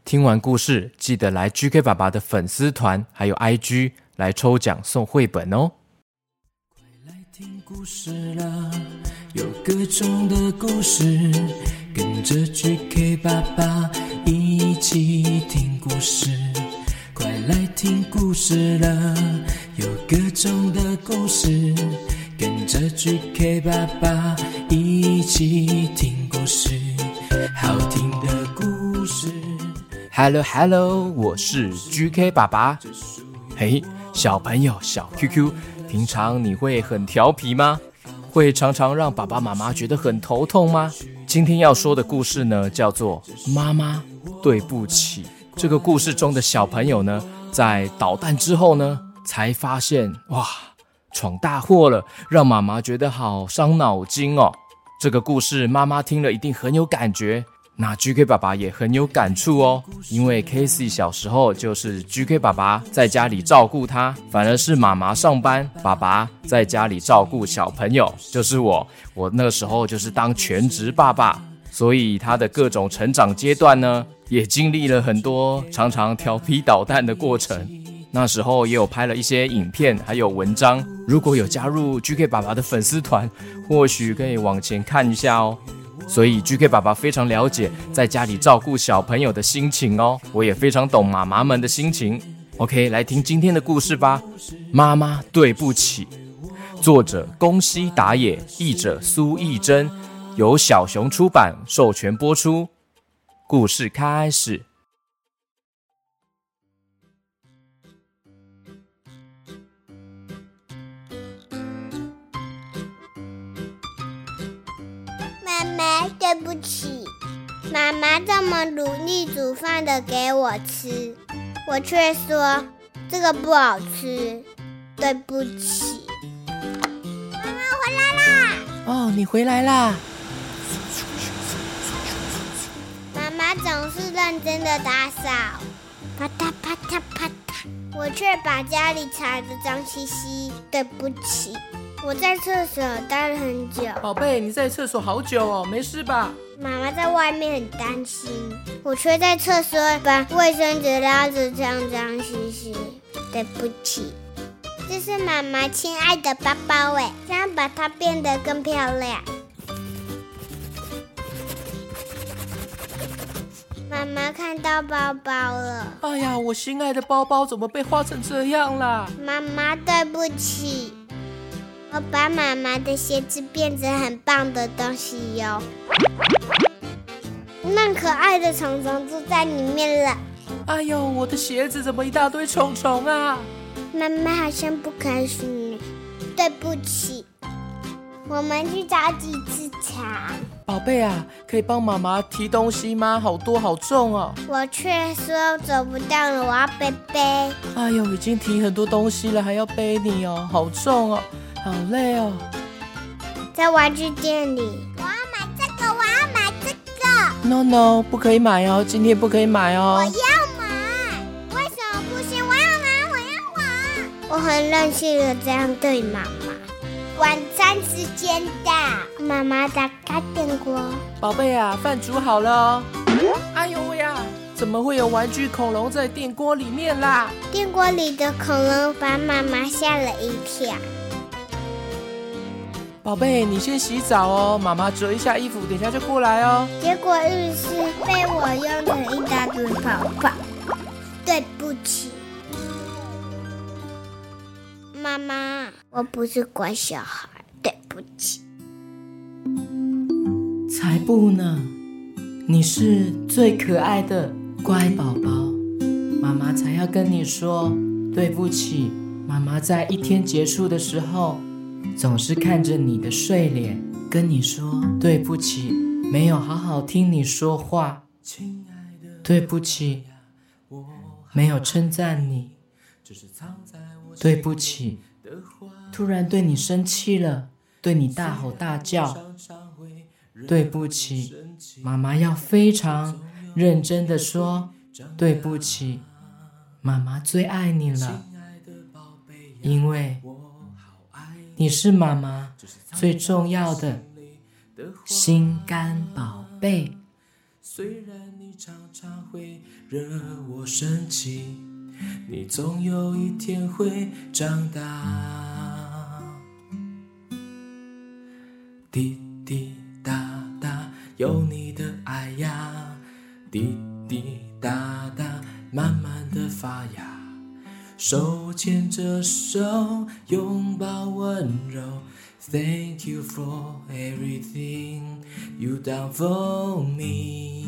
听完故事记得来 GK 爸爸的粉丝团还有 IG 来抽奖送绘本哦。 快来听故事啦，有各种的故事，跟着 GK 爸爸一起听故事。快来听故事啦，有各种的故事，跟着 GK 爸爸一起听故事，好听的故事。 Hello， 我是 GK 爸爸。嘿，小朋友小 QQ， 平常你会很调皮吗？会常常让爸爸妈妈觉得很头痛吗？今天要说的故事呢，叫做妈妈对不起。这个故事中的小朋友呢，在捣蛋之后呢，才发现哇，闯大祸了，让妈妈觉得好伤脑筋哦。这个故事妈妈听了一定很有感觉，那 GK 爸爸也很有感触哦。因为 Casey 小时候就是 GK 爸爸在家里照顾他，反而是妈妈上班，爸爸在家里照顾小朋友，就是我那个时候就是当全职爸爸，所以他的各种成长阶段呢，也经历了很多常常调皮捣蛋的过程。那时候也有拍了一些影片还有文章，如果有加入 GK 爸爸的粉丝团，或许可以往前看一下哦。所以 GK 爸爸非常了解在家里照顾小朋友的心情哦，我也非常懂妈妈们的心情。 OK， 来听今天的故事吧。妈妈对不起，作者宫西达也，译者苏艺珍，由小熊出版授权播出。故事开始。 妈妈对不起，妈妈这么努力煮饭的给我吃，我却说这个不好吃，对不起。妈妈回来啦！ 哦，你回来啦！ 妈妈总是认真的打扫，啪嗒啪嗒啪嗒，我却把家里踩得脏兮兮，对不起。我在厕所待了很久。 宝贝，你在厕所好久哦，没事吧？ 妈妈在外面很担心，我却在厕所把卫生纸拉着脏脏兮兮，对不起。这是妈妈亲爱的包包诶，这样把它变得更漂亮。妈妈看到包包了。 哎呀，我心爱的包包怎么被画成这样啦？ 妈妈对不起，我把妈妈的鞋子变成很棒的东西哟，那可爱的虫虫住在里面了。 哎呦，我的鞋子怎么一大堆虫虫啊？ 妈妈好像不开心，对不起。我们去找几次茶。 宝贝啊，可以帮妈妈提东西吗？好多好重哦。 我却说走不到了，我要背背。 哎呦，已经提很多东西了，还要背你哦，好重哦，好累哦。 在玩具店里，我要买这个，我要买这个。 No， 不可以买哦，今天不可以买哦。 我要买，为什么不行？我要买，我要买。我很任性的这样对妈妈。晚餐时间到，妈妈打开电锅。 宝贝啊，饭煮好了哦。哎呦喂呀，怎么会有玩具恐龙在电锅里面啦？ 电锅里的恐龙把妈妈吓了一跳。 宝贝，你先洗澡哦，妈妈折一下衣服，等一下就过来哦。 结果浴室被我用成一大堆泡泡，对不起。妈妈，我不是乖小孩，对不起。 才不呢，你是最可爱的乖宝宝，妈妈才要跟你说对不起。妈妈在一天结束的时候，总是看着你的睡脸，跟你说对不起，没有好好听你说话，对不起，没有称赞你，对不起，突然对你生气了，对你大吼大叫，对不起。妈妈要非常认真的说对不起，妈妈最爱你了，因为你是妈妈最重要的心肝宝贝。 虽然你常常会惹我生气，你总有一天会长大。滴滴答答，有你的爱呀，滴滴答答，慢慢的发芽，手牵着手，拥抱温柔。Thank you for everything you done for me。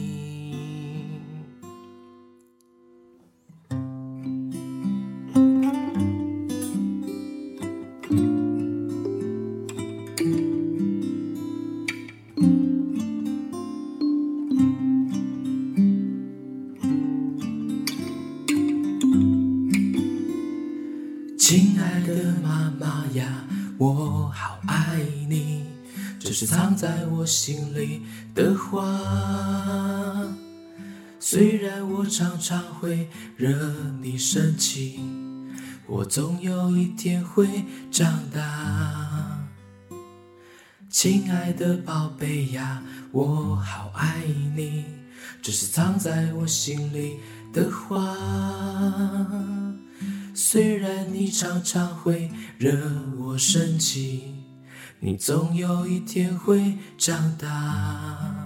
亲爱的妈妈呀，我好爱你，这是藏在我心里的话。虽然我常常会惹你生气，我总有一天会长大。亲爱的宝贝呀，我好爱你，这是藏在我心里的话。虽然你常常会惹我生气，你总有一天会长大。